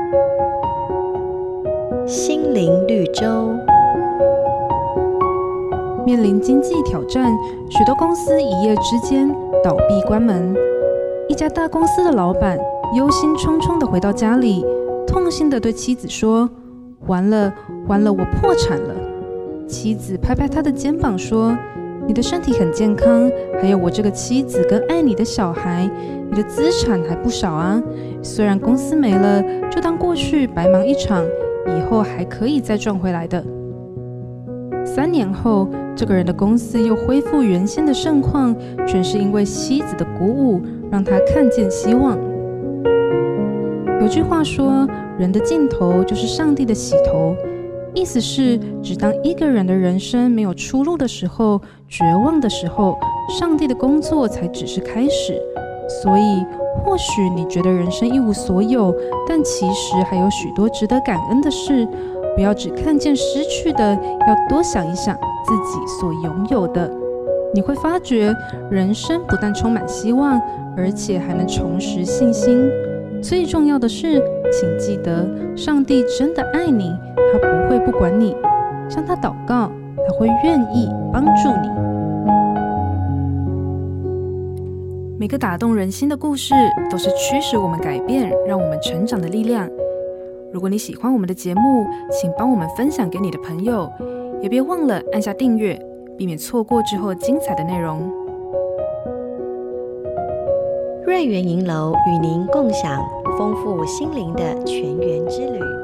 心灵绿洲。 面临经济挑战，许多公司一夜之间倒闭关门。一家大公司的老板忧心忡忡地回到家里，痛心地对妻子说：“完了，完了，我破产了。”妻子拍拍他的肩膀说：“你的身体很健康，还有我这个妻子跟爱你的小孩，你的资产还不少啊。虽然公司没了，就当过去白忙一场，以后还可以再赚回来的。”3年后，这个人的公司又恢复原先的盛况，全是因为妻子的鼓舞，让他看见希望。有句话说，人的尽头就是上帝的起头，意思是，只当一个人的人生没有出路的时候，绝望的时候，上帝的工作才只是开始。所以，或许你觉得人生一无所有，但其实还有许多值得感恩的事。不要只看见失去的，要多想一想自己所拥有的。你会发觉，人生不但充满希望，而且还能重拾信心。最重要的是，请记得，上帝真的爱你，他不会不管你。向他祷告，他会愿意帮助你。每个打动人心的故事，都是驱使我们改变、让我们成长的力量。如果你喜欢我们的节目，请帮我们分享给你的朋友，也别忘了按下订阅，避免错过之后精彩的内容。 瑞园银楼与您共享丰富心灵的全员之旅。